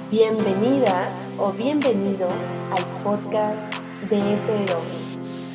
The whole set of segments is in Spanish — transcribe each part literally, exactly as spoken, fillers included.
Bienvenida o bienvenido al podcast de S W.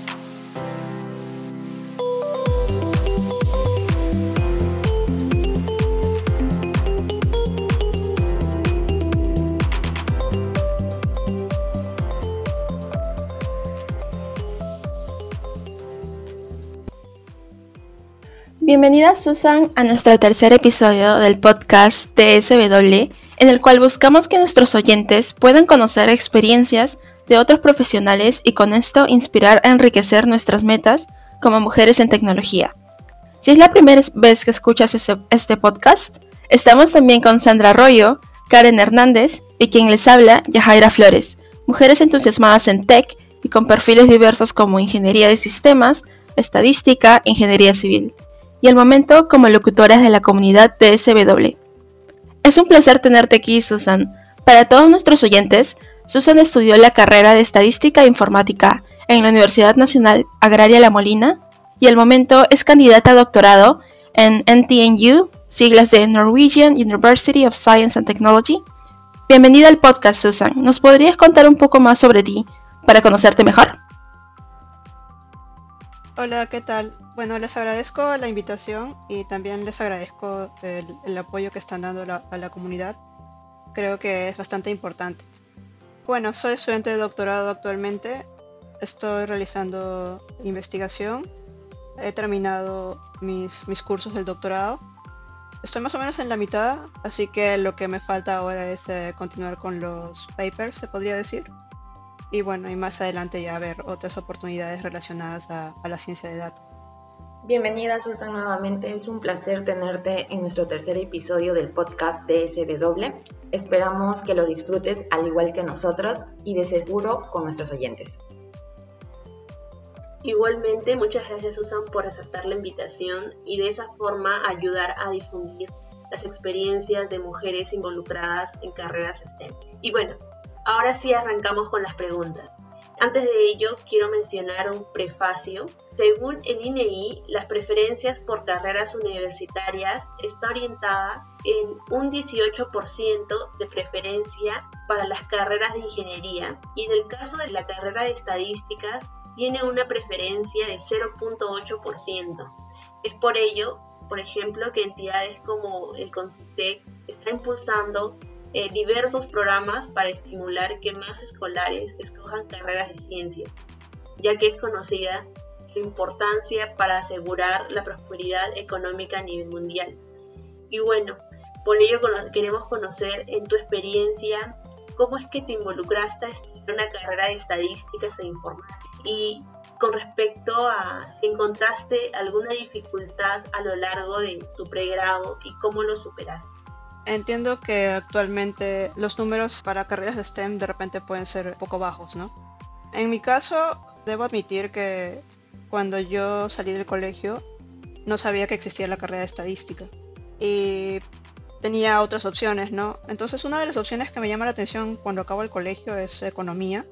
Bienvenida Susan a nuestro tercer episodio del podcast de S W, en el cual buscamos que nuestros oyentes puedan conocer experiencias de otros profesionales y con esto inspirar a enriquecer nuestras metas como mujeres en tecnología. Si es la primera vez que escuchas ese, este podcast, estamos también con Sandra Arroyo, Karen Hernández y quien les habla, Yajaira Flores, mujeres entusiasmadas en tech y con perfiles diversos como ingeniería de sistemas, estadística, ingeniería civil, y al momento como locutoras de la comunidad de S W. Es un placer tenerte aquí, Susan. Para todos nuestros oyentes, Susan estudió la carrera de Estadística e Informática en la Universidad Nacional Agraria La Molina y al momento es candidata a doctorado en N T N U, siglas de Norwegian University of Science and Technology. Bienvenida al podcast, Susan. ¿Nos podrías contar un poco más sobre ti para conocerte mejor? Hola, ¿qué tal? Bueno, les agradezco la invitación y también les agradezco el, el apoyo que están dando la, a la comunidad. Creo que es bastante importante. Bueno, soy estudiante de doctorado actualmente. Estoy realizando investigación. He terminado mis, mis cursos del doctorado. Estoy más o menos en la mitad, así que lo que me falta ahora es eh, continuar con los papers, se podría decir. Y bueno, y más adelante ya ver otras oportunidades relacionadas a, a la ciencia de datos. Bienvenida, Susan, nuevamente. Es un placer tenerte en nuestro tercer episodio del podcast de S W. Esperamos que lo disfrutes al igual que nosotros y de seguro con nuestros oyentes. Igualmente, muchas gracias, Susan, por aceptar la invitación y de esa forma ayudar a difundir las experiencias de mujeres involucradas en carreras STEM. Y bueno, ahora sí arrancamos con las preguntas. Antes de ello, quiero mencionar un prefacio. Según el I N E I, las preferencias por carreras universitarias está orientada en un dieciocho por ciento de preferencia para las carreras de ingeniería y en el caso de la carrera de estadísticas tiene una preferencia de cero punto ocho por ciento. Es por ello, por ejemplo, que entidades como el CONCITEC está impulsando Eh, diversos programas para estimular que más escolares escojan carreras de ciencias, ya que es conocida su importancia para asegurar la prosperidad económica a nivel mundial. Y bueno, por ello cono- queremos conocer en tu experiencia cómo es que te involucraste a estudiar una carrera de estadísticas e informática y con respecto a si encontraste alguna dificultad a lo largo de tu pregrado y cómo lo superaste. Entiendo que actualmente los números para carreras de STEM de repente pueden ser un poco bajos, ¿no? En mi caso, debo admitir que cuando yo salí del colegio no sabía que existía la carrera de estadística y tenía otras opciones, ¿no? Entonces una de las opciones que me llama la atención cuando acabo el colegio es economía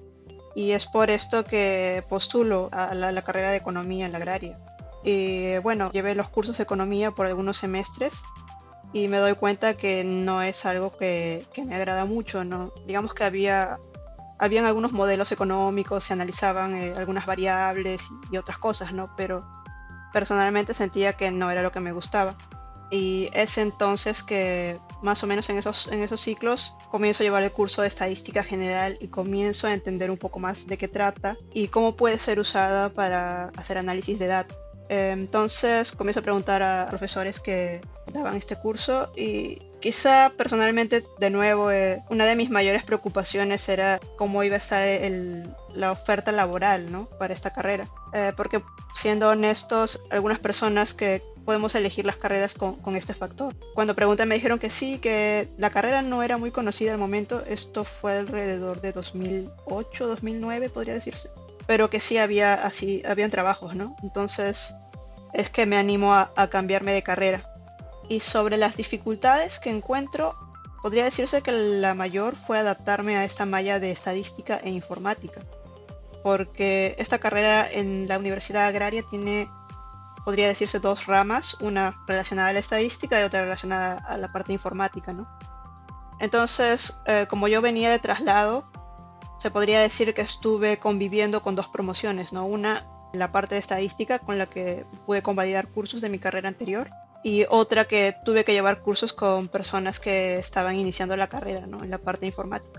y es por esto que postulo a la, la carrera de economía en la agraria. Y bueno, llevé los cursos de economía por algunos semestres y me doy cuenta que no es algo que, que me agrada mucho, ¿no? Digamos que había habían algunos modelos económicos, se analizaban eh, algunas variables y, y otras cosas, ¿no? Pero personalmente sentía que no era lo que me gustaba. Y es entonces que más o menos en esos, en esos ciclos comienzo a llevar el curso de estadística general y comienzo a entender un poco más de qué trata y cómo puede ser usada para hacer análisis de datos. Entonces comienzo a preguntar a profesores que daban este curso y quizá personalmente, de nuevo, eh, una de mis mayores preocupaciones era cómo iba a estar el, la oferta laboral, ¿no? Para esta carrera. Eh, porque siendo honestos, algunas personas que podemos elegir las carreras con, con este factor. Cuando pregunté me dijeron que sí, que la carrera no era muy conocida al momento. Esto fue alrededor de dos mil ocho, dos mil nueve podría decirse. Pero que sí había así habían trabajos, ¿no? Entonces es que me animo a, a cambiarme de carrera. Y sobre las dificultades que encuentro, podría decirse que la mayor fue adaptarme a esta malla de estadística e informática, porque esta carrera en la Universidad Agraria tiene, podría decirse, dos ramas, una relacionada a la estadística y otra relacionada a la parte informática, ¿no? Entonces, eh, como yo venía de traslado, se podría decir que estuve conviviendo con dos promociones, ¿no? Una, la parte de estadística, con la que pude convalidar cursos de mi carrera anterior, y otra que tuve que llevar cursos con personas que estaban iniciando la carrera, ¿no? En la parte informática.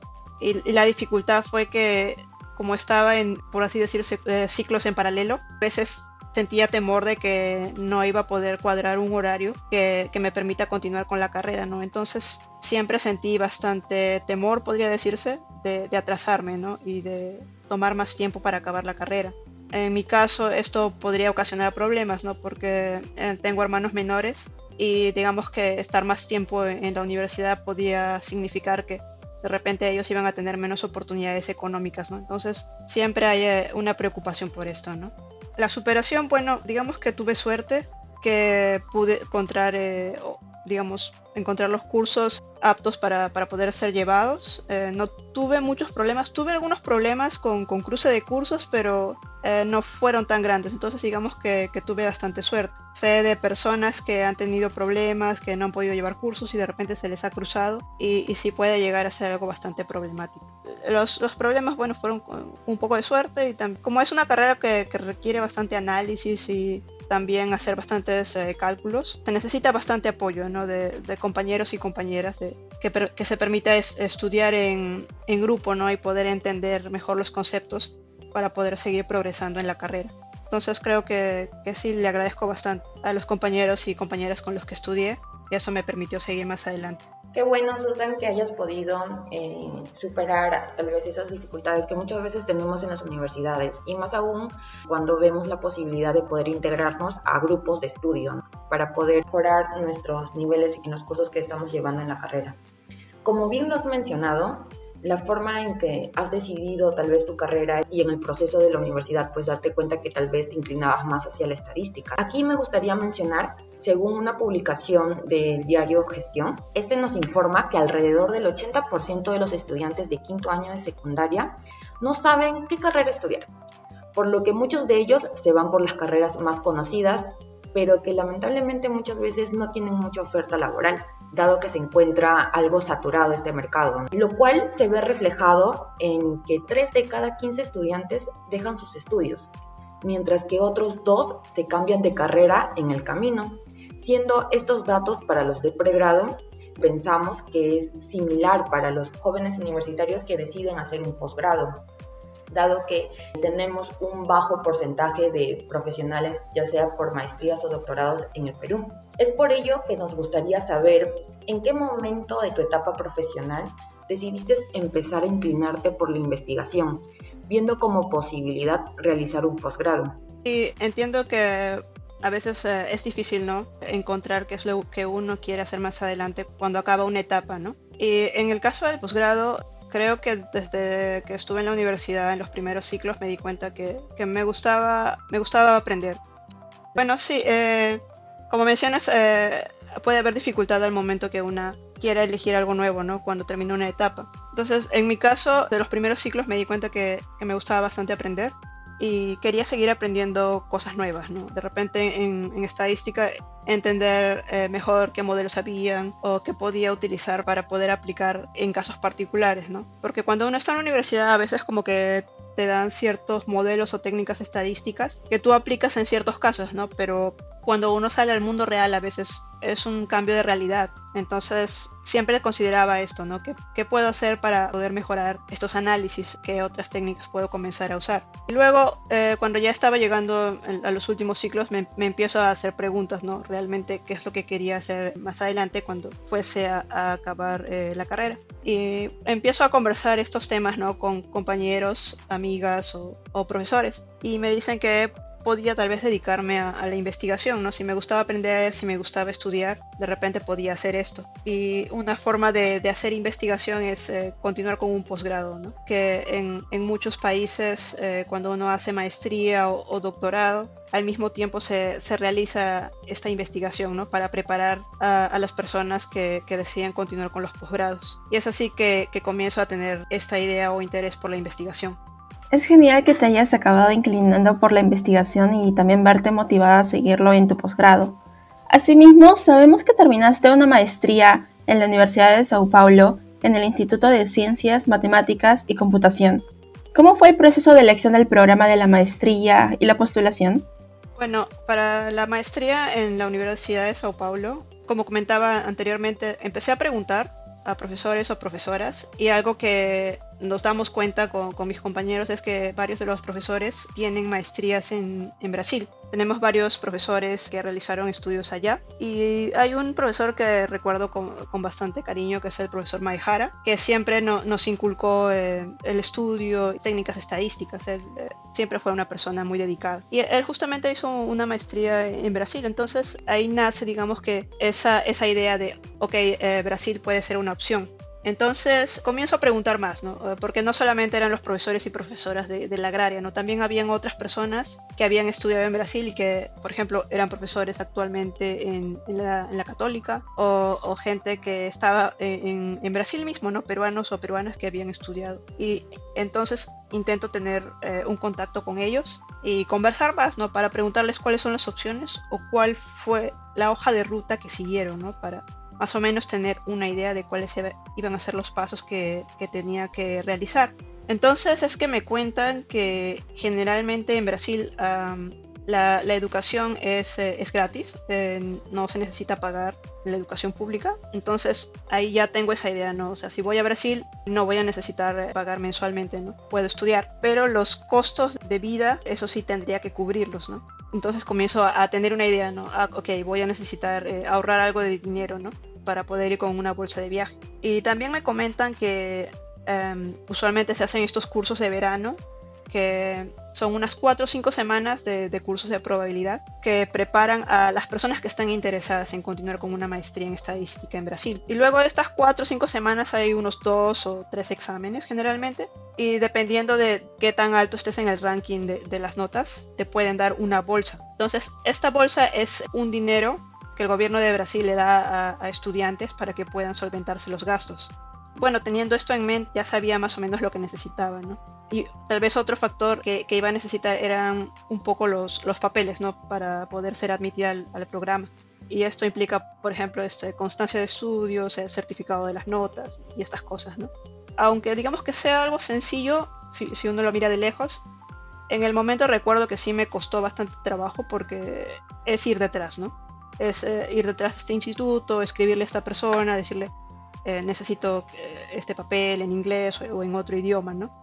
Y, y la dificultad fue que, como estaba en, por así decirlo, eh, ciclos en paralelo, a veces sentía temor de que no iba a poder cuadrar un horario que, que me permita continuar con la carrera, ¿no? Entonces siempre sentí bastante temor, podría decirse, de, de atrasarme, ¿no? Y de tomar más tiempo para acabar la carrera. En mi caso esto podría ocasionar problemas, ¿no? Porque eh, tengo hermanos menores y digamos que estar más tiempo en, en la universidad podía significar que de repente ellos iban a tener menos oportunidades económicas, ¿no? Entonces siempre hay eh, una preocupación por esto, ¿no? La superación, bueno, digamos que tuve suerte, que pude encontrar, eh, digamos, encontrar los cursos aptos para, para poder ser llevados. Eh, no tuve muchos problemas, tuve algunos problemas con, con cruce de cursos, pero eh, no fueron tan grandes, entonces digamos que, que tuve bastante suerte. Sé de personas que han tenido problemas, que no han podido llevar cursos y de repente se les ha cruzado y, y sí puede llegar a ser algo bastante problemático. Los, los problemas, bueno, fueron un poco de suerte y tam- como es una carrera que, que requiere bastante análisis y también hacer bastantes eh, cálculos, se necesita bastante apoyo, ¿no? de, de compañeros y compañeras de, que, per, que se permita es, estudiar en, en grupo, ¿no? Y poder entender mejor los conceptos para poder seguir progresando en la carrera. Entonces creo que, que sí le agradezco bastante a los compañeros y compañeras con los que estudié y eso me permitió seguir más adelante. Qué bueno, Susan, que hayas podido eh, superar tal vez esas dificultades que muchas veces tenemos en las universidades y más aún cuando vemos la posibilidad de poder integrarnos a grupos de estudio, ¿no? Para poder mejorar nuestros niveles en los cursos que estamos llevando en la carrera. Como bien lo has mencionado, la forma en que has decidido tal vez tu carrera y en el proceso de la universidad, pues darte cuenta que tal vez te inclinabas más hacia la estadística. Aquí me gustaría mencionar, según una publicación del diario Gestión, este nos informa que alrededor del ochenta por ciento de los estudiantes de quinto año de secundaria no saben qué carrera estudiar, por lo que muchos de ellos se van por las carreras más conocidas, pero que lamentablemente muchas veces no tienen mucha oferta laboral, dado que se encuentra algo saturado este mercado, lo cual se ve reflejado en que tres de cada quince estudiantes dejan sus estudios, mientras que otros dos se cambian de carrera en el camino. Siendo estos datos para los de pregrado, pensamos que es similar para los jóvenes universitarios que deciden hacer un posgrado, dado que tenemos un bajo porcentaje de profesionales, ya sea por maestrías o doctorados en el Perú. Es por ello que nos gustaría saber en qué momento de tu etapa profesional decidiste empezar a inclinarte por la investigación, viendo como posibilidad realizar un posgrado. Y entiendo que a veces eh, es difícil, ¿no? Encontrar qué es lo que uno quiere hacer más adelante cuando acaba una etapa, ¿no? Y en el caso del posgrado, creo que desde que estuve en la universidad, en los primeros ciclos, me di cuenta que, que me gustaba, me gustaba aprender. Bueno, sí, eh, como mencionas, eh, puede haber dificultad al momento que una quiera elegir algo nuevo, ¿no? Cuando termina una etapa. Entonces, en mi caso, de los primeros ciclos me di cuenta que, que me gustaba bastante aprender y quería seguir aprendiendo cosas nuevas, ¿no? De repente en, en estadística entender eh, mejor qué modelos habían o qué podía utilizar para poder aplicar en casos particulares, ¿no? Porque cuando uno está en la universidad a veces como que te dan ciertos modelos o técnicas estadísticas que tú aplicas en ciertos casos, ¿no? Pero cuando uno sale al mundo real a veces es un cambio de realidad. Entonces siempre consideraba esto, ¿no? ¿Qué, qué puedo hacer para poder mejorar estos análisis? ¿Qué otras técnicas puedo comenzar a usar? Y luego, eh, cuando ya estaba llegando a los últimos ciclos, me, me empiezo a hacer preguntas, ¿no? Realmente, ¿qué es lo que quería hacer más adelante cuando fuese a, a acabar eh, la carrera? Y empiezo a conversar estos temas, ¿no? Con compañeros, amigas o, o profesores. Y me dicen que podía tal vez dedicarme a, a la investigación, ¿no? Si me gustaba aprender, si me gustaba estudiar, de repente podía hacer esto. Y una forma de, de hacer investigación es eh, continuar con un posgrado, ¿no? Que en, en muchos países, eh, cuando uno hace maestría o, o doctorado, al mismo tiempo se, se realiza esta investigación, ¿no? Para preparar a, a las personas que, que deciden continuar con los posgrados. Y es así que, que comienzo a tener esta idea o interés por la investigación. Es genial que te hayas acabado inclinando por la investigación y también verte motivada a seguirlo en tu posgrado. Asimismo, sabemos que terminaste una maestría en la Universidad de Sao Paulo, en el Instituto de Ciencias, Matemáticas y Computación. ¿Cómo fue el proceso de elección del programa de la maestría y la postulación? Bueno, para la maestría en la Universidad de Sao Paulo, como comentaba anteriormente, empecé a preguntar a profesores o profesoras, y algo que nos damos cuenta con, con mis compañeros es que varios de los profesores tienen maestrías en, en Brasil. Tenemos varios profesores que realizaron estudios allá, y hay un profesor que recuerdo con, con bastante cariño, que es el profesor Maihara, que siempre no, nos inculcó eh, el estudio y técnicas estadísticas. Él eh, siempre fue una persona muy dedicada, y él justamente hizo una maestría en Brasil. Entonces ahí nace, digamos, que esa, esa idea de, ok, eh, Brasil puede ser una opción. Entonces comienzo a preguntar más, ¿no? Porque no solamente eran los profesores y profesoras de, de la agraria, ¿no? También habían otras personas que habían estudiado en Brasil y que, por ejemplo, eran profesores actualmente en, en, la, en la Católica, o, o gente que estaba en, en Brasil mismo, ¿no? Peruanos o peruanas que habían estudiado. Y entonces intento tener eh, un contacto con ellos y conversar más, ¿no? Para preguntarles cuáles son las opciones o cuál fue la hoja de ruta que siguieron, ¿no? Para más o menos tener una idea de cuáles iban a ser los pasos que, que tenía que realizar. Entonces es que me cuentan que generalmente en Brasil um, la, la educación es, eh, es gratis, eh, no se necesita pagar la educación pública. Entonces ahí ya tengo esa idea, ¿no? O sea, si voy a Brasil no voy a necesitar pagar mensualmente, ¿no? Puedo estudiar, pero los costos de vida, eso sí tendría que cubrirlos, ¿no? Entonces comienzo a, a tener una idea, ¿no? Ah, ok, voy a necesitar eh, ahorrar algo de dinero, ¿no? Para poder ir con una bolsa de viaje. Y también me comentan que um, usualmente se hacen estos cursos de verano, que son unas cuatro o cinco semanas de, de cursos de probabilidad que preparan a las personas que están interesadas en continuar con una maestría en estadística en Brasil. Y luego de estas cuatro o cinco semanas hay unos dos o tres exámenes generalmente, y dependiendo de qué tan alto estés en el ranking de, de las notas, te pueden dar una bolsa. Entonces esta bolsa es un dinero que el gobierno de Brasil le da a, a estudiantes para que puedan solventarse los gastos. Bueno, teniendo esto en mente, ya sabía más o menos lo que necesitaba, ¿no? Y tal vez otro factor que, que iba a necesitar eran un poco los, los papeles, ¿no? Para poder ser admitida al, al programa. Y esto implica, por ejemplo, este, constancia de estudios, el certificado de las notas y estas cosas, ¿no? Aunque digamos que sea algo sencillo, si, si uno lo mira de lejos, en el momento recuerdo que sí me costó bastante trabajo, porque es ir detrás, ¿no? Es eh, ir detrás de este instituto, escribirle a esta persona, decirle eh, necesito eh, este papel en inglés o, o en otro idioma, ¿no?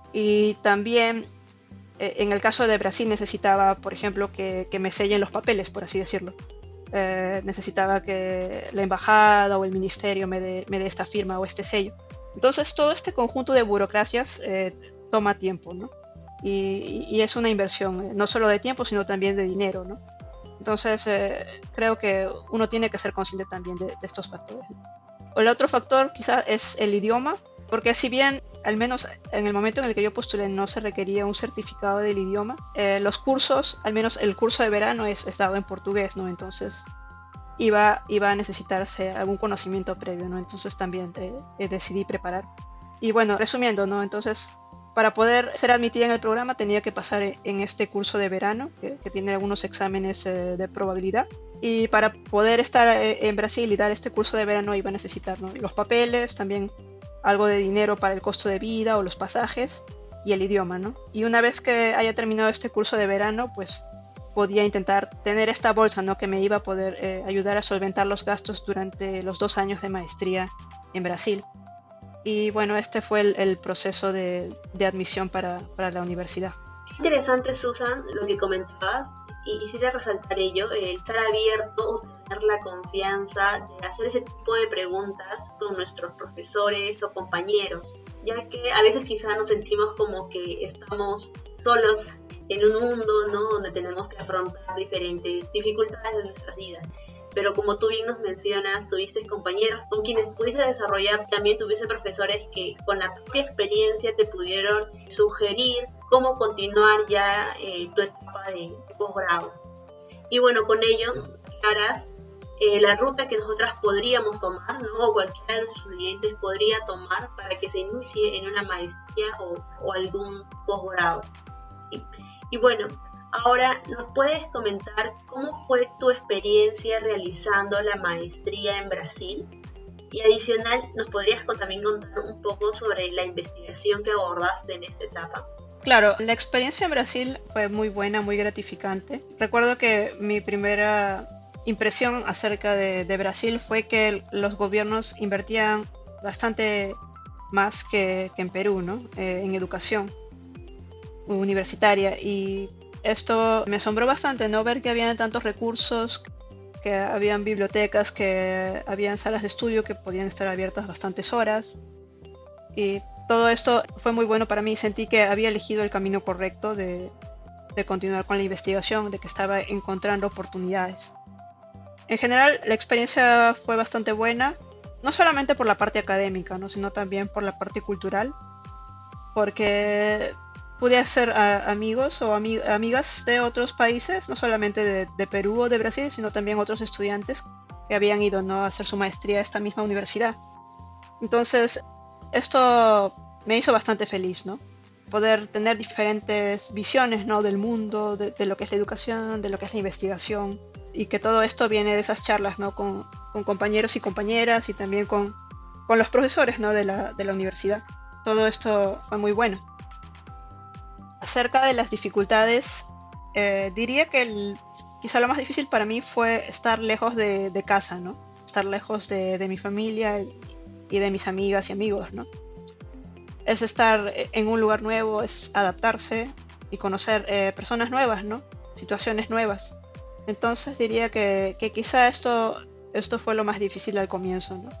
Y también eh, en el caso de Brasil necesitaba, por ejemplo, que, que me sellen los papeles, por así decirlo. Eh, necesitaba que la embajada o el ministerio me dé me dé esta firma o este sello. Entonces todo este conjunto de burocracias eh, toma tiempo, ¿no? Y, y es una inversión, eh, no solo de tiempo, sino también de dinero, ¿no? Entonces, eh, creo que uno tiene que ser consciente también de, de estos factores. El otro factor quizás es el idioma, porque si bien, al menos en el momento en el que yo postulé, no se requería un certificado del idioma, eh, los cursos, al menos el curso de verano es, es dado en portugués, ¿no? Entonces iba, iba a necesitarse algún conocimiento previo, ¿no? Entonces también eh, eh, decidí preparar. Y bueno, resumiendo, ¿no? Entonces, para poder ser admitida en el programa tenía que pasar en este curso de verano, que, que tiene algunos exámenes eh, de probabilidad. Y para poder estar eh, en Brasil y dar este curso de verano iba a necesitar, ¿no? los papeles, también algo de dinero para el costo de vida o los pasajes y el idioma, ¿no? Y una vez que haya terminado este curso de verano, pues podía intentar tener esta bolsa, ¿no? Que me iba a poder eh, ayudar a solventar los gastos durante los dos años de maestría en Brasil. Y bueno, este fue el, el proceso de, de admisión para, para la universidad. Interesante, Susan, lo que comentabas, y quisiera resaltar ello, el estar abierto, tener la confianza de hacer ese tipo de preguntas con nuestros profesores o compañeros, ya que a veces quizás nos sentimos como que estamos solos en un mundo, ¿no? Donde tenemos que afrontar diferentes dificultades de nuestras vidas. Pero como tú bien nos mencionas, tuviste compañeros con quienes pudiste desarrollar, también tuviste profesores que con la propia experiencia te pudieron sugerir cómo continuar ya eh, tu etapa de posgrado. Y bueno, con ello, harás eh, la ruta que nosotras podríamos tomar, ¿no? O cualquiera de nuestros oyentes podría tomar para que se inicie en una maestría o, o algún posgrado, ¿sí? Y bueno, ahora, ¿nos puedes comentar cómo fue tu experiencia realizando la maestría en Brasil? Y adicional, ¿nos podrías también contar un poco sobre la investigación que abordaste en esta etapa? Claro, la experiencia en Brasil fue muy buena, muy gratificante. Recuerdo que mi primera impresión acerca de, de Brasil fue que los gobiernos invertían bastante más que, que en Perú, ¿no? Eh, en educación universitaria, y esto me asombró bastante, ¿no? Ver que habían tantos recursos, que habían bibliotecas, que habían salas de estudio que podían estar abiertas bastantes horas, y todo esto fue muy bueno para mí. Sentí que había elegido el camino correcto de, de continuar con la investigación, de que estaba encontrando oportunidades. En general, la experiencia fue bastante buena, no solamente por la parte académica, ¿no? Sino también por la parte cultural, porque pude hacer a, amigos o ami- amigas de otros países, no solamente de, de Perú o de Brasil, sino también otros estudiantes que habían ido, ¿no?, a hacer su maestría a esta misma universidad. Entonces, esto me hizo bastante feliz, ¿no? Poder tener diferentes visiones, ¿no?, del mundo, de, de lo que es la educación, de lo que es la investigación, y que todo esto viene de esas charlas, ¿no?, con, con compañeros y compañeras, y también con, con los profesores, ¿no?, de la, de la universidad. Todo esto fue muy bueno. Acerca de las dificultades, eh, diría que el, quizá lo más difícil para mí fue estar lejos de, de casa, ¿no? Estar lejos de, de mi familia y de mis amigas y amigos, ¿no? Es estar en un lugar nuevo, es adaptarse y conocer eh, personas nuevas, ¿no? Situaciones nuevas. Entonces diría que, que quizá esto, esto fue lo más difícil al comienzo, ¿no?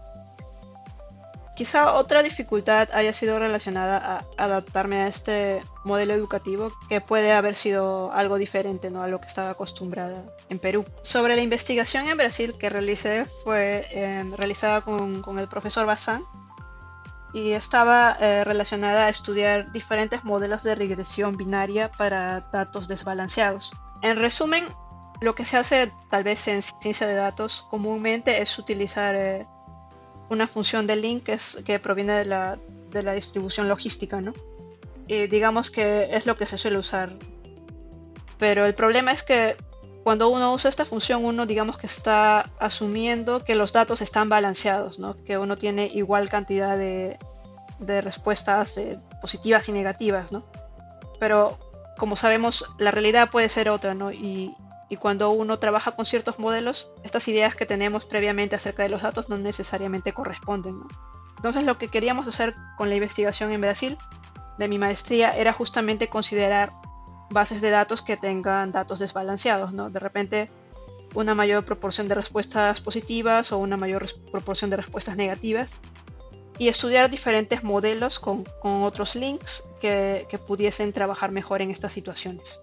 Quizá otra dificultad haya sido relacionada a adaptarme a este modelo educativo, que puede haber sido algo diferente, ¿no?, a lo que estaba acostumbrada en Perú. Sobre la investigación en Brasil que realicé, fue eh, realizada con, con el profesor Bazán, y estaba eh, relacionada a estudiar diferentes modelos de regresión binaria para datos desbalanceados. En resumen, lo que se hace tal vez en ciencia de datos comúnmente es utilizar eh, una función de link que, es, que proviene de la, de la distribución logística, ¿no? Y digamos que es lo que se suele usar. Pero el problema es que cuando uno usa esta función, uno digamos que está asumiendo que los datos están balanceados, ¿no? Que uno tiene igual cantidad de, de respuestas eh, positivas y negativas, ¿no? Pero como sabemos, la realidad puede ser otra, ¿no? Y, Y cuando uno trabaja con ciertos modelos, estas ideas que tenemos previamente acerca de los datos no necesariamente corresponden, ¿no? Entonces, lo que queríamos hacer con la investigación en Brasil de mi maestría era justamente considerar bases de datos que tengan datos desbalanceados, ¿no? De repente, una mayor proporción de respuestas positivas o una mayor res- proporción de respuestas negativas, y estudiar diferentes modelos con, con otros links que, que pudiesen trabajar mejor en estas situaciones.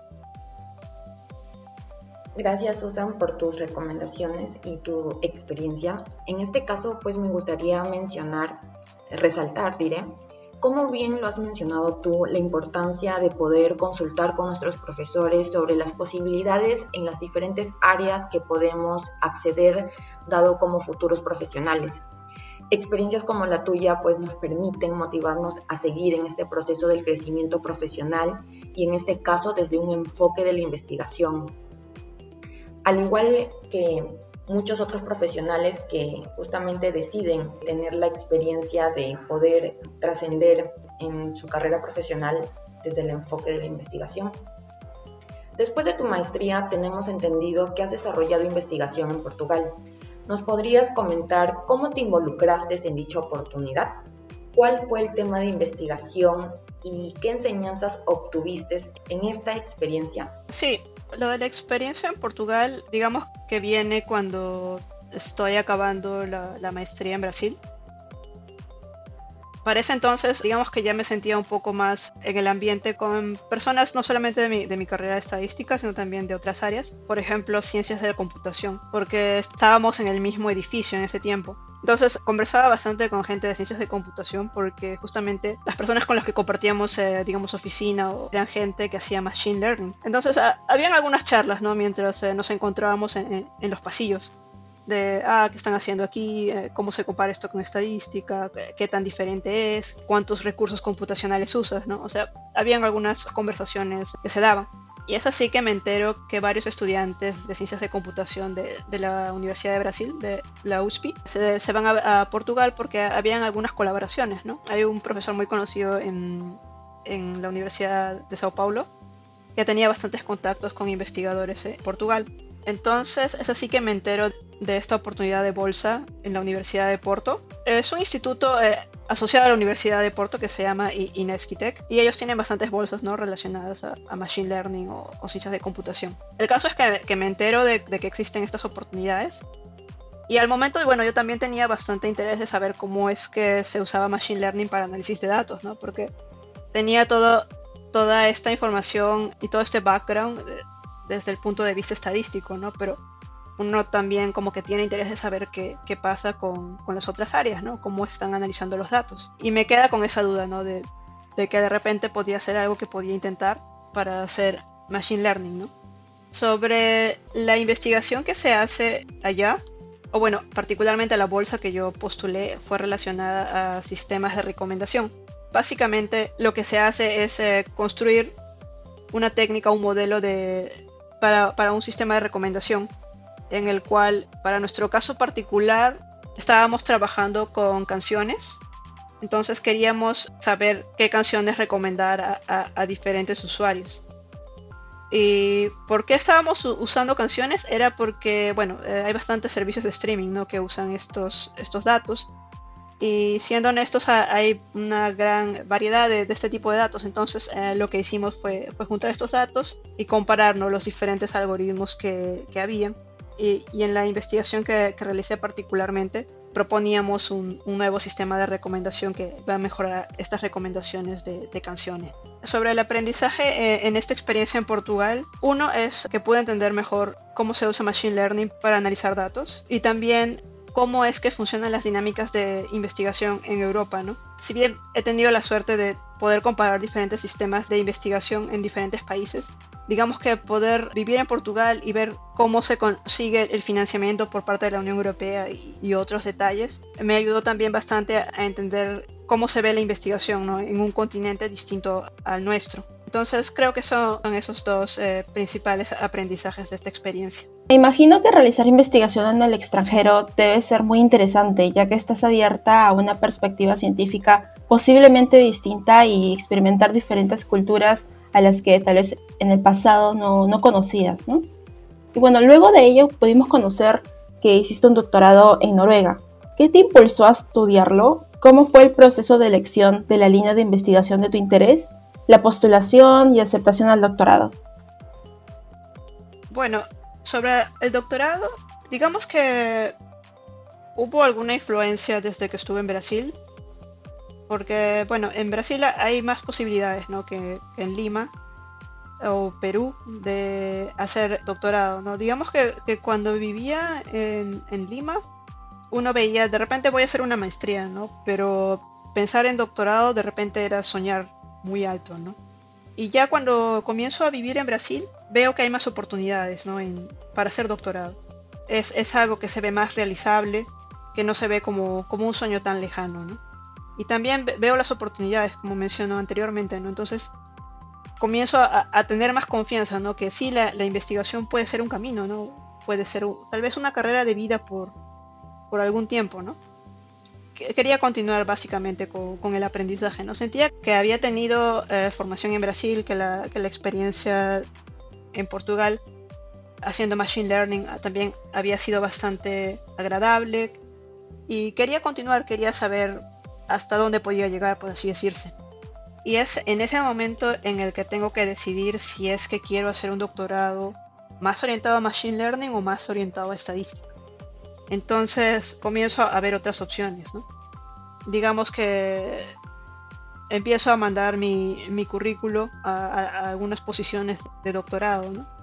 Gracias, Susan, por tus recomendaciones y tu experiencia. En este caso, pues me gustaría mencionar, resaltar, diré, como bien lo has mencionado tú, la importancia de poder consultar con nuestros profesores sobre las posibilidades en las diferentes áreas que podemos acceder, dado como futuros profesionales. Experiencias como la tuya, pues nos permiten motivarnos a seguir en este proceso del crecimiento profesional y en este caso desde un enfoque de la investigación. Al igual que muchos otros profesionales que justamente deciden tener la experiencia de poder trascender en su carrera profesional desde el enfoque de la investigación. Después de tu maestría, tenemos entendido que has desarrollado investigación en Portugal. ¿Nos podrías comentar cómo te involucraste en dicha oportunidad? ¿Cuál fue el tema de investigación y qué enseñanzas obtuviste en esta experiencia? Sí. Lo de la experiencia en Portugal, digamos que viene cuando estoy acabando la, la maestría en Brasil. Para ese entonces, digamos que ya me sentía un poco más en el ambiente con personas no solamente de mi, de mi carrera de estadística, sino también de otras áreas. Por ejemplo, ciencias de la computación, porque estábamos en el mismo edificio en ese tiempo. Entonces, conversaba bastante con gente de ciencias de computación porque justamente las personas con las que compartíamos, eh, digamos, oficina o eran gente que hacía machine learning. Entonces, a, habían algunas charlas, ¿no?, mientras eh, nos encontrábamos en, en, en los pasillos. De, ah, ¿qué están haciendo aquí? Eh, ¿Cómo se compara esto con estadística? ¿Qué, qué tan diferente es? ¿Cuántos recursos computacionales usas? ¿No? O sea, habían algunas conversaciones que se daban. Y es así que me entero que varios estudiantes de ciencias de computación de, de la Universidad de Brasil, de la U S P I, se, se van a, a Portugal porque habían algunas colaboraciones, ¿no? Hay un profesor muy conocido en, en la Universidad de Sao Paulo que tenía bastantes contactos con investigadores en Portugal. Entonces es así que me entero de esta oportunidad de bolsa en la Universidad de Porto. Es un instituto eh, asociado a la Universidad de Porto que se llama Inescitec, y ellos tienen bastantes bolsas, ¿no?, relacionadas a, a Machine Learning o, o ciencias de computación. El caso es que, que me entero de, de que existen estas oportunidades, y al momento, bueno, yo también tenía bastante interés de saber cómo es que se usaba Machine Learning para análisis de datos, ¿no? Porque tenía todo, toda esta información y todo este background eh, desde el punto de vista estadístico, ¿no? Pero uno también como que tiene interés de saber qué, qué pasa con, con las otras áreas, ¿no? Cómo están analizando los datos. Y me queda con esa duda, ¿no? De, de que de repente podía ser algo que podía intentar para hacer Machine Learning, ¿no? Sobre la investigación que se hace allá, o bueno, particularmente la bolsa que yo postulé fue relacionada a sistemas de recomendación. Básicamente lo que se hace es eh, construir una técnica, un modelo de, para, para un sistema de recomendación, en el cual, para nuestro caso particular, estábamos trabajando con canciones. Entonces queríamos saber qué canciones recomendar a, a, a diferentes usuarios. ¿Y por qué estábamos usando canciones? Era porque, bueno, eh, hay bastantes servicios de streaming, ¿no?, que usan estos, estos datos. Y siendo honestos, hay una gran variedad de, de este tipo de datos. Entonces eh, lo que hicimos fue, fue juntar estos datos y comparar, ¿no?, los diferentes algoritmos que, que había. Y, y en la investigación que, que realicé particularmente, proponíamos un, un nuevo sistema de recomendación que va a mejorar estas recomendaciones de, de canciones. Sobre el aprendizaje eh, en esta experiencia en Portugal, uno es que pude entender mejor cómo se usa Machine Learning para analizar datos, y también cómo es que funcionan las dinámicas de investigación en Europa, ¿no? Si bien he tenido la suerte de poder comparar diferentes sistemas de investigación en diferentes países, digamos que poder vivir en Portugal y ver cómo se consigue el financiamiento por parte de la Unión Europea y, y otros detalles, me ayudó también bastante a entender cómo se ve la investigación, ¿no?, en un continente distinto al nuestro. Entonces creo que son esos dos eh, principales aprendizajes de esta experiencia. Me imagino que realizar investigación en el extranjero debe ser muy interesante, ya que estás abierta a una perspectiva científica posiblemente distinta y experimentar diferentes culturas a las que tal vez en el pasado no, no conocías, ¿no? Y bueno, luego de ello pudimos conocer que hiciste un doctorado en Noruega. ¿Qué te impulsó a estudiarlo? ¿Cómo fue el proceso de elección de la línea de investigación de tu interés, la postulación y aceptación al doctorado? Bueno, sobre el doctorado, digamos que hubo alguna influencia desde que estuve en Brasil, porque, bueno, en Brasil hay más posibilidades, ¿no?, que, que en Lima o Perú de hacer doctorado, ¿no? Digamos que, que cuando vivía en, en Lima, uno veía, de repente voy a hacer una maestría, ¿no? Pero pensar en doctorado de repente era soñar muy alto, ¿no? Y ya cuando comienzo a vivir en Brasil, veo que hay más oportunidades, ¿no?, en, para hacer doctorado. Es, es algo que se ve más realizable, que no se ve como, como un sueño tan lejano, ¿no? Y también veo las oportunidades, como mencionó anteriormente, ¿no? Entonces comienzo a, a tener más confianza, ¿no?, que sí, la, la investigación puede ser un camino, ¿no? Puede ser tal vez una carrera de vida por, por algún tiempo, ¿no? Quería continuar básicamente con, con el aprendizaje, ¿no? Sentía que había tenido eh, formación en Brasil, que la, que la experiencia en Portugal haciendo Machine Learning también había sido bastante agradable, y quería continuar, quería saber hasta dónde podía llegar, por así decirse. Y es en ese momento en el que tengo que decidir si es que quiero hacer un doctorado más orientado a Machine Learning o más orientado a estadística. Entonces comienzo a ver otras opciones, ¿no? Digamos que empiezo a mandar mi, mi currículo a, a, a algunas posiciones de doctorado, ¿no?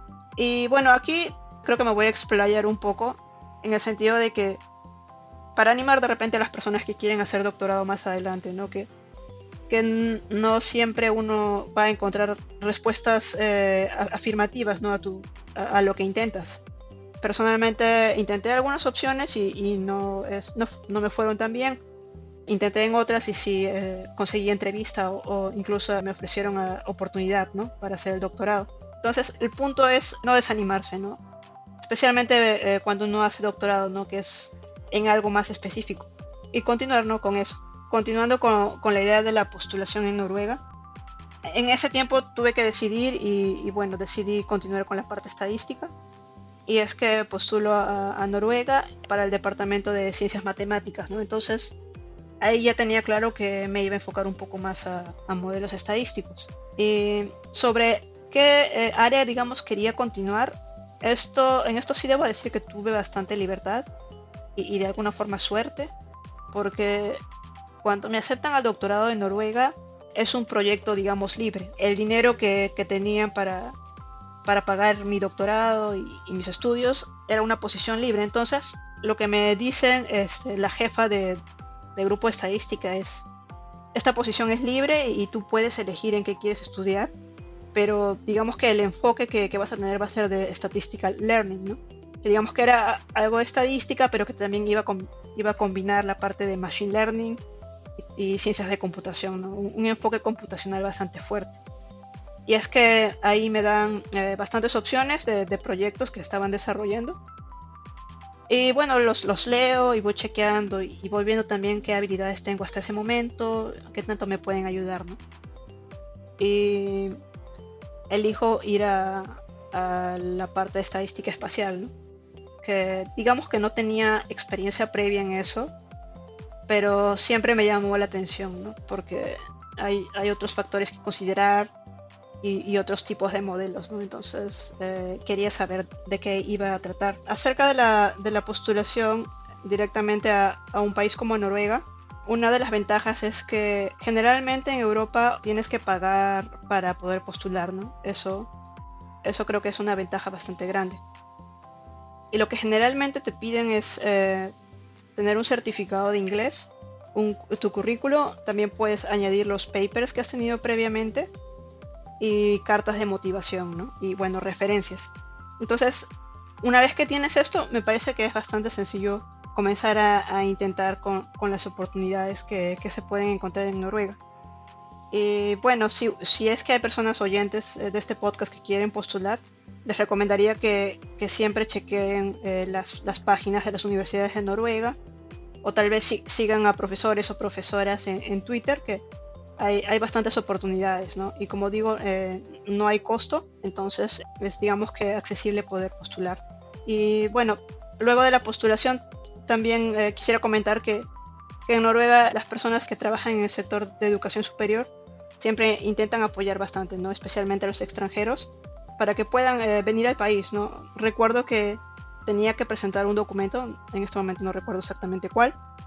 Y bueno, aquí creo que me voy a explayar un poco en el sentido de que para animar de repente a las personas que quieren hacer doctorado más adelante, ¿no? Que, que no siempre uno va a encontrar respuestas eh, afirmativas, ¿no?, a, tu, a, a lo que intentas. Personalmente intenté algunas opciones y, y no, es, no, no me fueron tan bien. Intenté en otras y sí eh, conseguí entrevista o, o incluso me ofrecieron uh, oportunidad, ¿no?, para hacer el doctorado. Entonces, el punto es no desanimarse, ¿no? Especialmente eh, cuando uno hace doctorado, ¿no? Que es en algo más específico. Y continuar, ¿no? Con eso. Continuando con, con la idea de la postulación en Noruega. En ese tiempo tuve que decidir y, y bueno, decidí continuar con la parte estadística. Y es que postulo a, a Noruega para el departamento de ciencias matemáticas, ¿no? Entonces, ahí ya tenía claro que me iba a enfocar un poco más a, a modelos estadísticos. Y sobre qué eh, área, digamos, quería continuar, esto, en esto sí debo decir que tuve bastante libertad y, y de alguna forma suerte, porque cuando me aceptan al doctorado en Noruega, es un proyecto, digamos, libre. El dinero que, que tenían para, para pagar mi doctorado y, y mis estudios era una posición libre. Entonces, lo que me dicen es, la jefa de, de grupo de estadística es: esta posición es libre y tú puedes elegir en qué quieres estudiar, pero digamos que el enfoque que, que vas a tener va a ser de statistical learning, ¿no? Que digamos que era algo de estadística, pero que también iba a, com- iba a combinar la parte de machine learning y, y ciencias de computación, ¿no? Un, un enfoque computacional bastante fuerte. Y es que ahí me dan eh, bastantes opciones de, de proyectos que estaban desarrollando. Y bueno, los, los leo y voy chequeando y, y voy viendo también qué habilidades tengo hasta ese momento, qué tanto me pueden ayudar, ¿no? Y elijo ir a, a la parte de estadística espacial, ¿no? Que digamos que no tenía experiencia previa en eso, pero siempre me llamó la atención, ¿no? Porque hay, hay otros factores que considerar y, y otros tipos de modelos, ¿no? Entonces eh, quería saber de qué iba a tratar. Acerca de la, de la postulación directamente a, a un país como Noruega, una de las ventajas es que generalmente en Europa tienes que pagar para poder postular, ¿no? Eso, eso creo que es una ventaja bastante grande. Y lo que generalmente te piden es eh, tener un certificado de inglés, un, tu currículo, también puedes añadir los papers que has tenido previamente y cartas de motivación, ¿no? Y bueno, referencias. Entonces, una vez que tienes esto, me parece que es bastante sencillo comenzar a, a intentar con, con las oportunidades que, que se pueden encontrar en Noruega. Y bueno, si, si es que hay personas oyentes de este podcast que quieren postular, les recomendaría que, que siempre chequeen eh, las, las páginas de las universidades de Noruega, o tal vez si, sigan a profesores o profesoras en, en Twitter, que hay, hay bastantes oportunidades, ¿no? Y como digo, eh, no hay costo, entonces es, digamos que accesible poder postular. Y bueno, luego de la postulación también eh, quisiera comentar que, que en Noruega las personas que trabajan en el sector de educación superior siempre intentan apoyar bastante, ¿no? Especialmente a los extranjeros, para que puedan eh, venir al país, ¿no? Recuerdo que tenía que presentar un documento, en este momento no recuerdo exactamente cuál,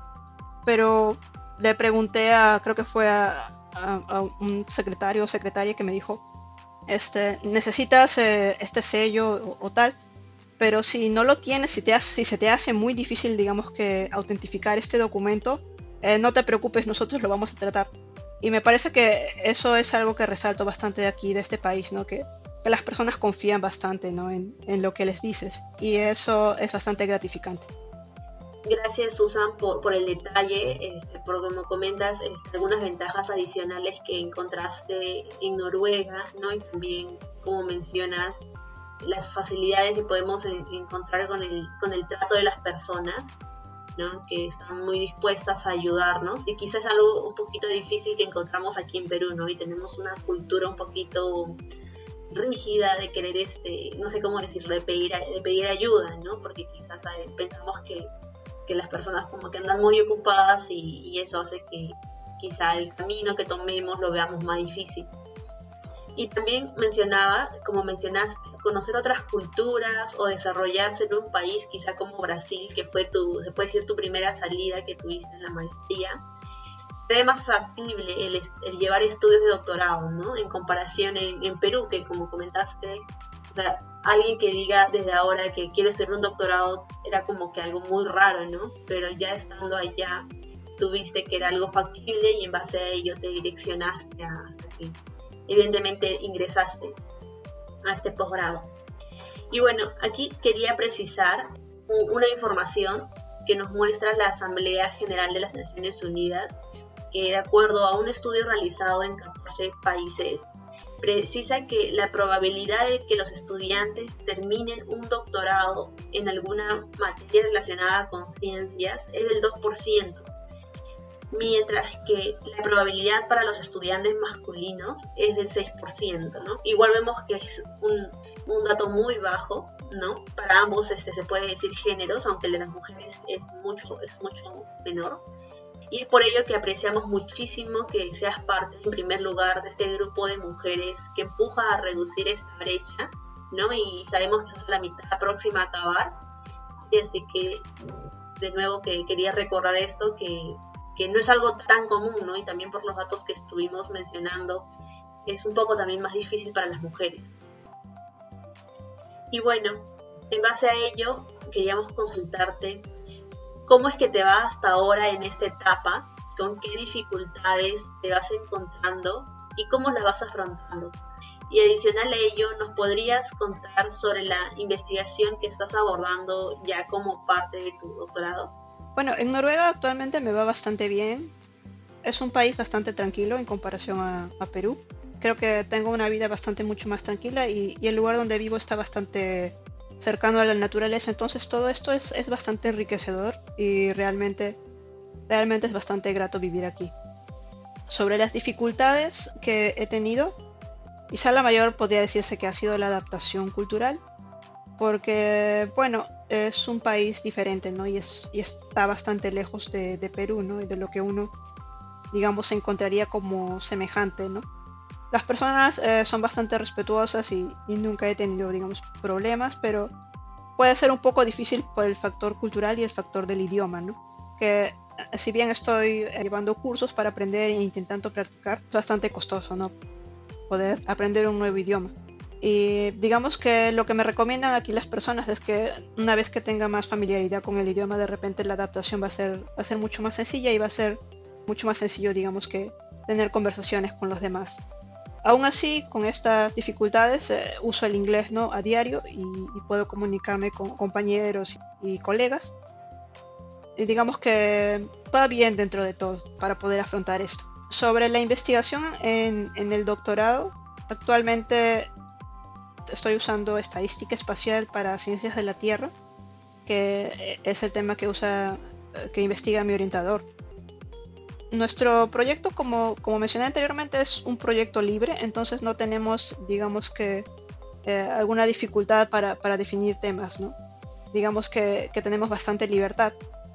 pero le pregunté a, creo que fue a, a, a un secretario o secretaria que me dijo, este, necesitas eh, este sello o, o tal, pero si no lo tienes, si, te hace, si se te hace muy difícil, digamos que autentificar este documento, eh, no te preocupes, nosotros lo vamos a tratar. Y me parece que eso es algo que resalto bastante de aquí, de este país, ¿no? Que, que las personas confían bastante, ¿no? en, en lo que les dices, y eso es bastante gratificante. Gracias, Susan, por, por el detalle, este, por como comentas, este, algunas ventajas adicionales que encontraste en Noruega, ¿no? Y también, como mencionas, las facilidades que podemos en, encontrar con el, con el trato de las personas, ¿no? Que están muy dispuestas a ayudarnos, y quizás es algo un poquito difícil que encontramos aquí en Perú, ¿no? Y tenemos una cultura un poquito rígida de querer, este, no sé cómo decirlo, de pedir, de pedir ayuda, ¿no? Porque quizás ¿sabes? pensamos que, que las personas como que andan muy ocupadas y, y eso hace que quizá el camino que tomemos lo veamos más difícil. Y también mencionaba, como mencionaste, conocer otras culturas o desarrollarse en un país, quizá como Brasil, que fue tu, se puede decir, tu primera salida que tuviste en la maestría. Se ve más factible el, el llevar estudios de doctorado, ¿no? En comparación en, en Perú, que como comentaste, o sea, alguien que diga desde ahora que quiero hacer un doctorado era como que algo muy raro, ¿no? Pero ya estando allá, tuviste que era algo factible y en base a ello te direccionaste hasta aquí. Evidentemente ingresaste a este posgrado. Y bueno, aquí quería precisar una información que nos muestra la Asamblea General de las Naciones Unidas, que de acuerdo a un estudio realizado en catorce países, precisa que la probabilidad de que los estudiantes terminen un doctorado en alguna materia relacionada con ciencias es del dos por ciento, mientras que la probabilidad para los estudiantes masculinos es del seis por ciento, ¿no? Igual vemos que es un, un dato muy bajo, ¿no? Para ambos este, se puede decir géneros, aunque el de las mujeres es mucho, es mucho menor. Y es por ello que apreciamos muchísimo que seas parte, en primer lugar, de este grupo de mujeres que empuja a reducir esta brecha, ¿no? Y sabemos que es la mitad próxima a acabar. Así que, de nuevo, que quería recordar esto, que, que no es algo tan común, ¿no? Y también por los datos que estuvimos mencionando, es un poco también más difícil para las mujeres. Y bueno, en base a ello, queríamos consultarte ¿cómo es que te va hasta ahora en esta etapa? ¿Con qué dificultades te vas encontrando? ¿Y cómo las vas afrontando? Y adicional a ello, ¿nos podrías contar sobre la investigación que estás abordando ya como parte de tu doctorado? Bueno, en Noruega actualmente me va bastante bien. Es un país bastante tranquilo en comparación a, a Perú. Creo que tengo una vida bastante mucho más tranquila y, y el lugar donde vivo está bastante cercano a la naturaleza, entonces todo esto es, es bastante enriquecedor y realmente, realmente es bastante grato vivir aquí. Sobre las dificultades que he tenido, quizá la mayor podría decirse que ha sido la adaptación cultural, porque bueno, es un país diferente, ¿no? Y, es, y está bastante lejos de, de Perú, ¿no? Y de lo que uno, digamos, encontraría como semejante, ¿no? Las personas eh, son bastante respetuosas y, y nunca he tenido, digamos, problemas, pero puede ser un poco difícil por el factor cultural y el factor del idioma, ¿no? Que si bien estoy llevando cursos para aprender e intentando practicar, es bastante costoso, ¿no? Poder aprender un nuevo idioma. Y digamos que lo que me recomiendan aquí las personas es que una vez que tenga más familiaridad con el idioma, de repente la adaptación va a ser, va a ser mucho más sencilla y va a ser mucho más sencillo, digamos, que tener conversaciones con los demás. Aún así, con estas dificultades, eh, uso el inglés, ¿no? a diario y, y puedo comunicarme con compañeros y colegas. Y digamos que va bien dentro de todo para poder afrontar esto. Sobre la investigación en, en el doctorado, actualmente estoy usando estadística espacial para ciencias de la Tierra, que es el tema que usa, que investiga mi orientador. Nuestro proyecto, como, como mencioné anteriormente, es un proyecto libre, entonces no tenemos, digamos que, eh, alguna dificultad para, para definir temas, ¿no? Digamos que, que tenemos bastante libertad.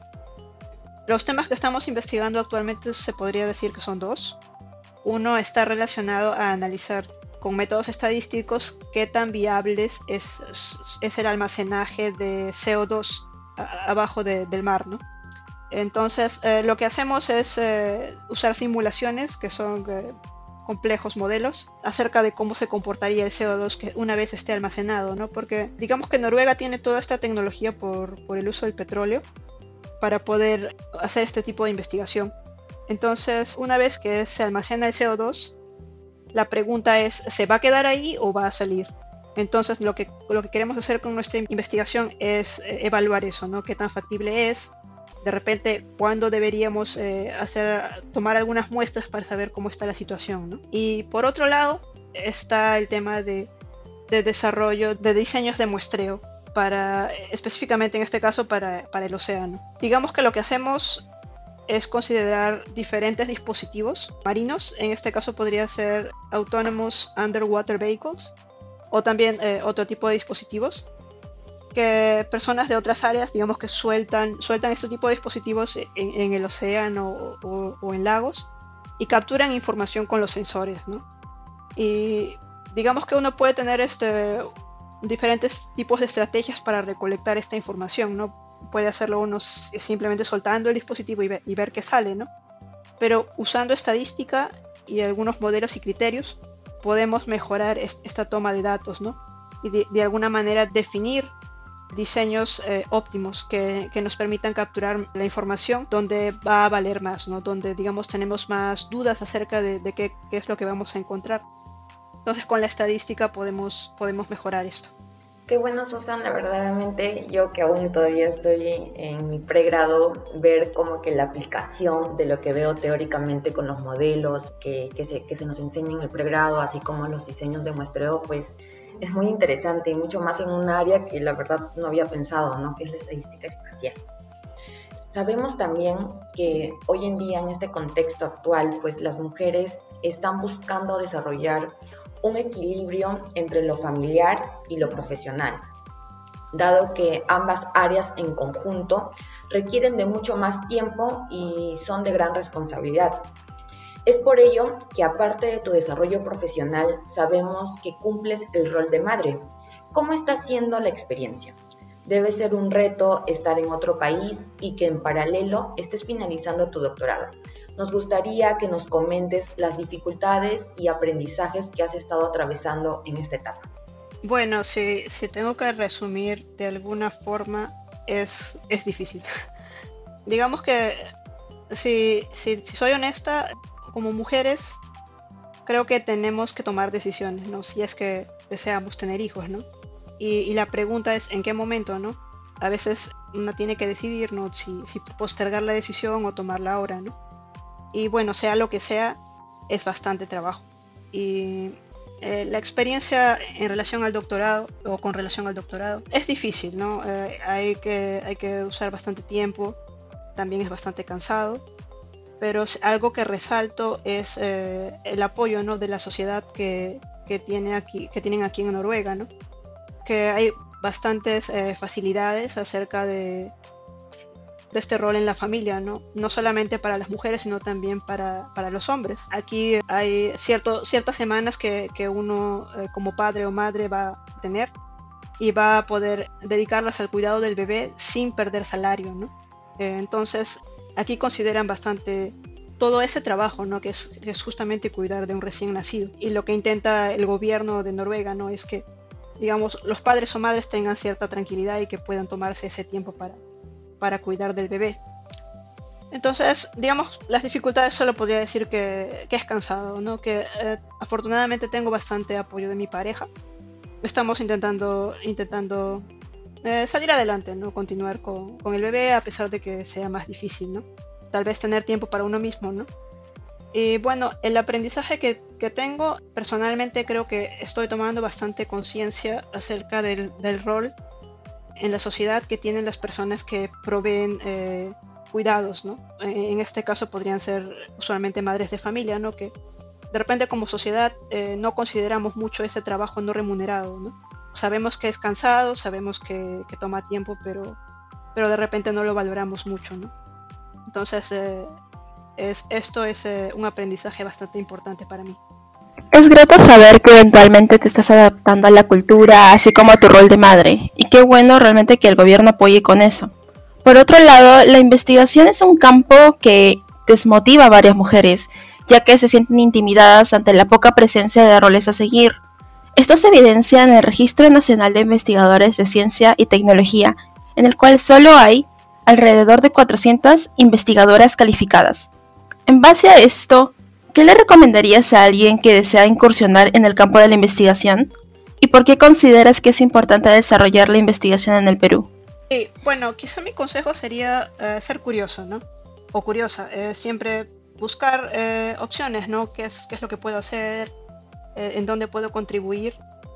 Los temas que estamos investigando actualmente se podría decir que son dos. Uno está relacionado a analizar con métodos estadísticos qué tan viables es, es el almacenaje de C O dos a, abajo de, del mar, ¿no? Entonces, eh, lo que hacemos es eh, usar simulaciones, que son eh, complejos modelos, acerca de cómo se comportaría el C O dos que una vez esté almacenado, ¿no? Porque digamos que Noruega tiene toda esta tecnología por, por el uso del petróleo para poder hacer este tipo de investigación. Entonces, una vez que se almacena el C O dos, la pregunta es, ¿se va a quedar ahí o va a salir? Entonces, lo que, lo que queremos hacer con nuestra investigación es eh, evaluar eso, ¿no? ¿Qué tan factible es? De repente, ¿cuándo deberíamos eh, hacer, tomar algunas muestras para saber cómo está la situación, ¿no? Y por otro lado, está el tema de, de desarrollo de diseños de muestreo, para, específicamente en este caso para, para el océano. Digamos que lo que hacemos es considerar diferentes dispositivos marinos, en este caso podría ser Autonomous Underwater Vehicles, o también eh, otro tipo de dispositivos, que personas de otras áreas, digamos que sueltan, sueltan este tipo de dispositivos en, en el océano o, o, o en lagos y capturan información con los sensores, ¿no? Y digamos que uno puede tener este, diferentes tipos de estrategias para recolectar esta información, ¿no? Puede hacerlo uno simplemente soltando el dispositivo y, ve, y ver qué sale, ¿no? Pero usando estadística y algunos modelos y criterios podemos mejorar est- esta toma de datos, ¿no? Y de, de alguna manera definir diseños eh, óptimos que, que nos permitan capturar la información donde va a valer más, ¿no? Donde, digamos, tenemos más dudas acerca de, de qué, qué es lo que vamos a encontrar. Entonces, con la estadística podemos, podemos mejorar esto. Qué bueno, Susan, la verdaderamente yo que aún todavía estoy en mi pregrado, ver como que la aplicación de lo que veo teóricamente con los modelos que, que, se, que se nos enseñan en el pregrado, así como los diseños de muestreo, pues es muy interesante y mucho más en un área que la verdad no había pensado, ¿no? Que es la estadística espacial. Sabemos también que hoy en día en este contexto actual, pues las mujeres están buscando desarrollar un equilibrio entre lo familiar y lo profesional, dado que ambas áreas en conjunto requieren de mucho más tiempo y son de gran responsabilidad. Es por ello que aparte de tu desarrollo profesional, sabemos que cumples el rol de madre. ¿Cómo está siendo la experiencia? Debe ser un reto estar en otro país y que en paralelo estés finalizando tu doctorado. Nos gustaría que nos comentes las dificultades y aprendizajes que has estado atravesando en esta etapa. Bueno, si, si tengo que resumir de alguna forma, es, es difícil. Digamos que, si, si, si soy honesta, como mujeres, creo que tenemos que tomar decisiones, ¿no? Si es que deseamos tener hijos, ¿no? Y, y la pregunta es, ¿en qué momento, no? A veces una tiene que decidir, ¿no? Si, si postergar la decisión o tomarla ahora, ¿no? Y bueno, sea lo que sea, es bastante trabajo. Y eh, la experiencia en relación al doctorado o con relación al doctorado es difícil, ¿no? Eh, hay que, hay que usar bastante tiempo, también es bastante cansado, pero algo que resalto es eh, el apoyo, ¿no? De la sociedad que, que, tiene aquí, que tienen aquí en Noruega, ¿no? Que hay bastantes eh, facilidades acerca de de este rol en la familia, ¿no? No solamente para las mujeres, sino también para, para los hombres. Aquí hay cierto, ciertas semanas que, que uno eh, como padre o madre va a tener y va a poder dedicarlas al cuidado del bebé sin perder salario, ¿no? Eh, entonces, aquí consideran bastante todo ese trabajo, ¿no? Que es, que es justamente cuidar de un recién nacido. Y lo que intenta el gobierno de Noruega, ¿no? Es que, digamos, los padres o madres tengan cierta tranquilidad y que puedan tomarse ese tiempo para para cuidar del bebé. Entonces, digamos, las dificultades solo podría decir que, que es cansado, ¿no? Que eh, afortunadamente tengo bastante apoyo de mi pareja. Estamos intentando, intentando eh, salir adelante, ¿no? Continuar con, con el bebé a pesar de que sea más difícil, ¿no? Tal vez tener tiempo para uno mismo, ¿no? Y bueno, el aprendizaje que, que tengo, personalmente creo que estoy tomando bastante conciencia acerca del, del rol en la sociedad que tienen las personas que proveen eh, cuidados, ¿no? En este caso podrían ser usualmente madres de familia, ¿no? Que de repente como sociedad eh, no consideramos mucho ese trabajo no remunerado, ¿no? Sabemos que es cansado, sabemos que, que toma tiempo, pero, pero de repente no lo valoramos mucho, ¿no? Entonces eh, es, esto es eh, un aprendizaje bastante importante para mí. Es grato saber que eventualmente te estás adaptando a la cultura, así como a tu rol de madre, y qué bueno realmente que el gobierno apoye con eso. Por otro lado, la investigación es un campo que desmotiva a varias mujeres, ya que se sienten intimidadas ante la poca presencia de roles a seguir. Esto se evidencia en el Registro Nacional de Investigadores de Ciencia y Tecnología, en el cual solo hay alrededor de cuatrocientas investigadoras calificadas. En base a esto, ¿qué le recomendarías a alguien que desea incursionar en el campo de la investigación? ¿Y por qué consideras que es importante desarrollar la investigación en el Perú? Sí, bueno, quizá mi consejo sería eh, ser curioso, ¿no? O curiosa, eh, siempre buscar eh, opciones, ¿no? ¿Qué es, qué es lo que puedo hacer? Eh, ¿En dónde puedo contribuir?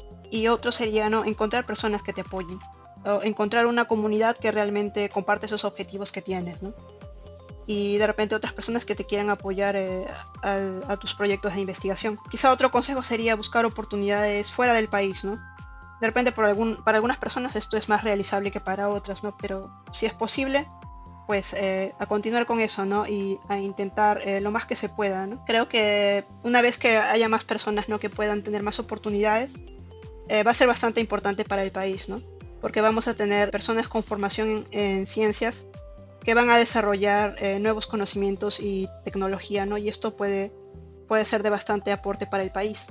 Y otro sería, ¿no? Encontrar personas que te apoyen. O encontrar una comunidad que realmente comparte esos objetivos que tienes, ¿no? Y de repente otras personas que te quieran apoyar eh, a, a tus proyectos de investigación. Quizá otro consejo sería buscar oportunidades fuera del país, ¿no? De repente por algún, para algunas personas esto es más realizable que para otras, ¿no? Pero si es posible, pues eh, a continuar con eso, ¿no? Y a intentar eh, lo más que se pueda, ¿no? Creo que una vez que haya más personas, ¿no? Que puedan tener más oportunidades, eh, va a ser bastante importante para el país, ¿no? Porque vamos a tener personas con formación en, en ciencias que van a desarrollar eh, nuevos conocimientos y tecnología, ¿no? Y esto puede, puede ser de bastante aporte para el país.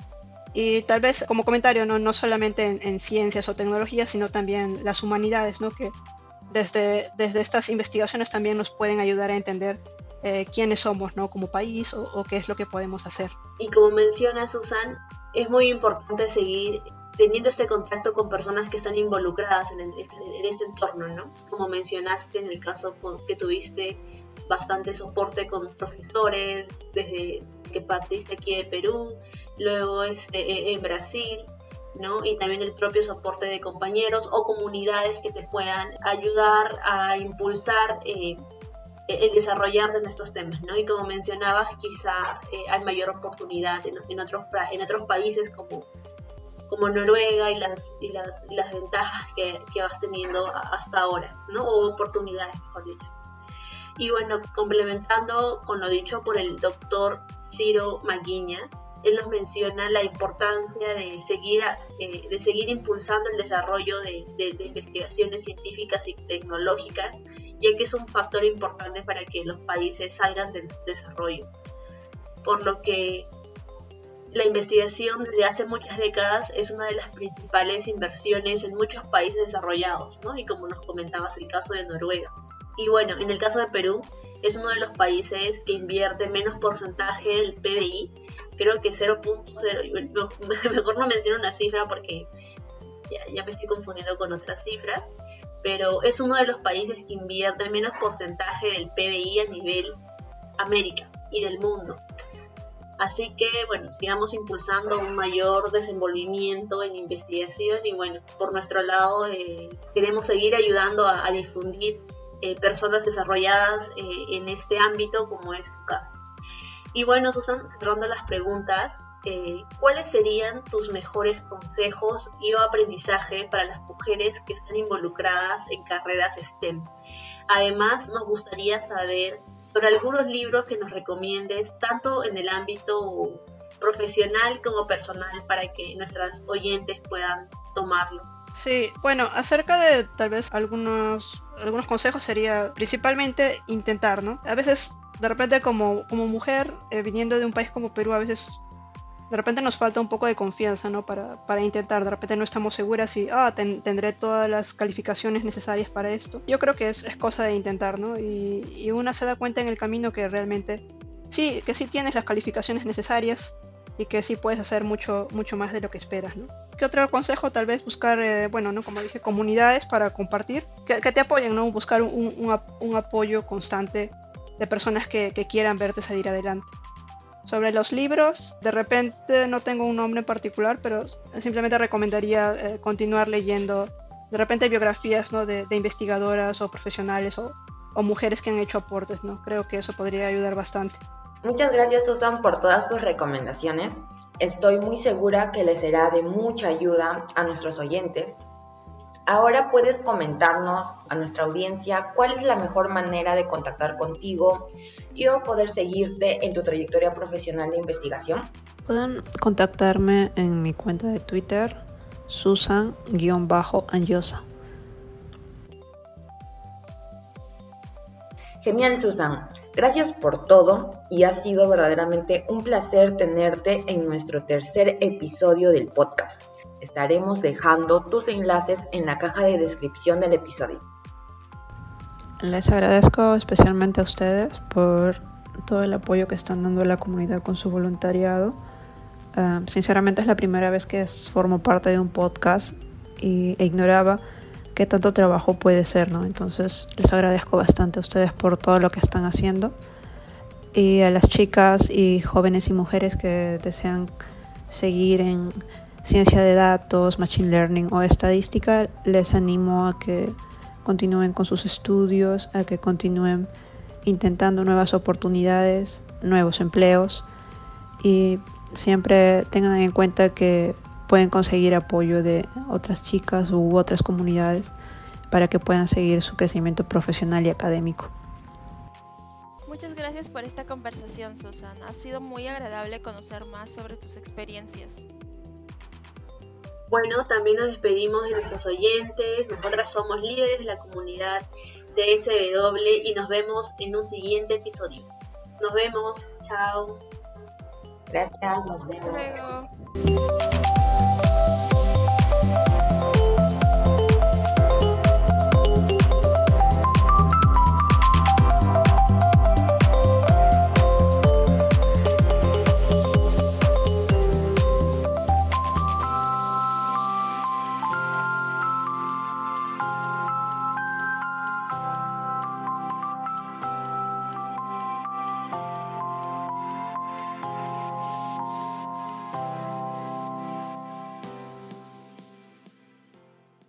Y tal vez como comentario, no, no solamente en, en ciencias o tecnologías, sino también las humanidades, ¿no? Que desde, desde estas investigaciones también nos pueden ayudar a entender eh, quiénes somos, ¿no? Como país o, o qué es lo que podemos hacer. Y como menciona Susan, es muy importante seguir teniendo este contacto con personas que están involucradas en, el, en este entorno, ¿no? Como mencionaste en el caso que tuviste bastante soporte con profesores desde que partiste aquí de Perú, luego este, en Brasil, ¿no? Y también el propio soporte de compañeros o comunidades que te puedan ayudar a impulsar eh, el desarrollar de nuestros temas, ¿no? Y como mencionabas, quizá eh, hay mayor oportunidad en, en, otros, en otros países como, como Noruega y las, y las, y las ventajas que, que vas teniendo hasta ahora, ¿no? O oportunidades, mejor dicho. Y bueno, complementando con lo dicho por el doctor Ciro Maguiña, él nos menciona la importancia de seguir, eh, de seguir impulsando el desarrollo de, de, de investigaciones científicas y tecnológicas, ya que es un factor importante para que los países salgan del desarrollo. Por lo que la investigación desde hace muchas décadas es una de las principales inversiones en muchos países desarrollados, ¿no? Y como nos comentabas, el caso de Noruega. Y bueno, en el caso de Perú, es uno de los países que invierte menos porcentaje del P B I, creo que cero punto cero, mejor no menciono una cifra porque ya, ya me estoy confundiendo con otras cifras, pero es uno de los países que invierte menos porcentaje del P B I a nivel América y del mundo. Así que, bueno, sigamos impulsando un mayor desenvolvimiento en investigación y, bueno, por nuestro lado eh, queremos seguir ayudando a, a difundir Eh, personas desarrolladas eh, en este ámbito, como es tu caso. Y bueno, Susan, cerrando las preguntas, eh, ¿cuáles serían tus mejores consejos y o aprendizaje para las mujeres que están involucradas en carreras STEM? Además, nos gustaría saber sobre algunos libros que nos recomiendes, tanto en el ámbito profesional como personal, para que nuestras oyentes puedan tomarlo. Sí, bueno, acerca de tal vez algunos, algunos consejos sería principalmente intentar, ¿no? A veces, de repente como, como mujer, eh, viniendo de un país como Perú, a veces de repente nos falta un poco de confianza, ¿no? Para, para intentar, de repente no estamos seguras si, ah, ten, tendré todas las calificaciones necesarias para esto. Yo creo que es, es cosa de intentar, ¿no? Y, y una se da cuenta en el camino que realmente, sí, que sí tienes las calificaciones necesarias, y que sí puedes hacer mucho, mucho más de lo que esperas, ¿no? ¿Qué otro consejo? Tal vez buscar, eh, bueno, ¿no? Como dije, comunidades para compartir, que, que te apoyen, ¿no? Buscar un, un, un apoyo constante de personas que, que quieran verte salir adelante. Sobre los libros, de repente no tengo un nombre en particular, pero simplemente recomendaría eh, continuar leyendo, de repente biografías, ¿no? de, de investigadoras o profesionales o, o mujeres que han hecho aportes, ¿no? Creo que eso podría ayudar bastante. Muchas gracias, Susan, por todas tus recomendaciones. Estoy muy segura que les será de mucha ayuda a nuestros oyentes. Ahora puedes comentarnos a nuestra audiencia cuál es la mejor manera de contactar contigo y o poder seguirte en tu trayectoria profesional de investigación. Pueden contactarme en mi cuenta de Twitter, Susan-Anyosa. Genial, Susan. Gracias por todo y ha sido verdaderamente un placer tenerte en nuestro tercer episodio del podcast. Estaremos dejando tus enlaces en la caja de descripción del episodio. Les agradezco especialmente a ustedes por todo el apoyo que están dando a la comunidad con su voluntariado. Uh, sinceramente es la primera vez que formo parte de un podcast y e ignoraba qué tanto trabajo puede ser, ¿no? Entonces les agradezco bastante a ustedes por todo lo que están haciendo, y a las chicas y jóvenes y mujeres que desean seguir en ciencia de datos, machine learning o estadística, les animo a que continúen con sus estudios, a que continúen intentando nuevas oportunidades, nuevos empleos, y siempre tengan en cuenta que pueden conseguir apoyo de otras chicas u otras comunidades para que puedan seguir su crecimiento profesional y académico. Muchas gracias por esta conversación, Susan. Ha sido muy agradable conocer más sobre tus experiencias. Bueno, también nos despedimos de nuestros oyentes. Nosotras somos líderes de la comunidad de S W y nos vemos en un siguiente episodio. Nos vemos. Chao. Gracias, nos vemos. Hasta luego.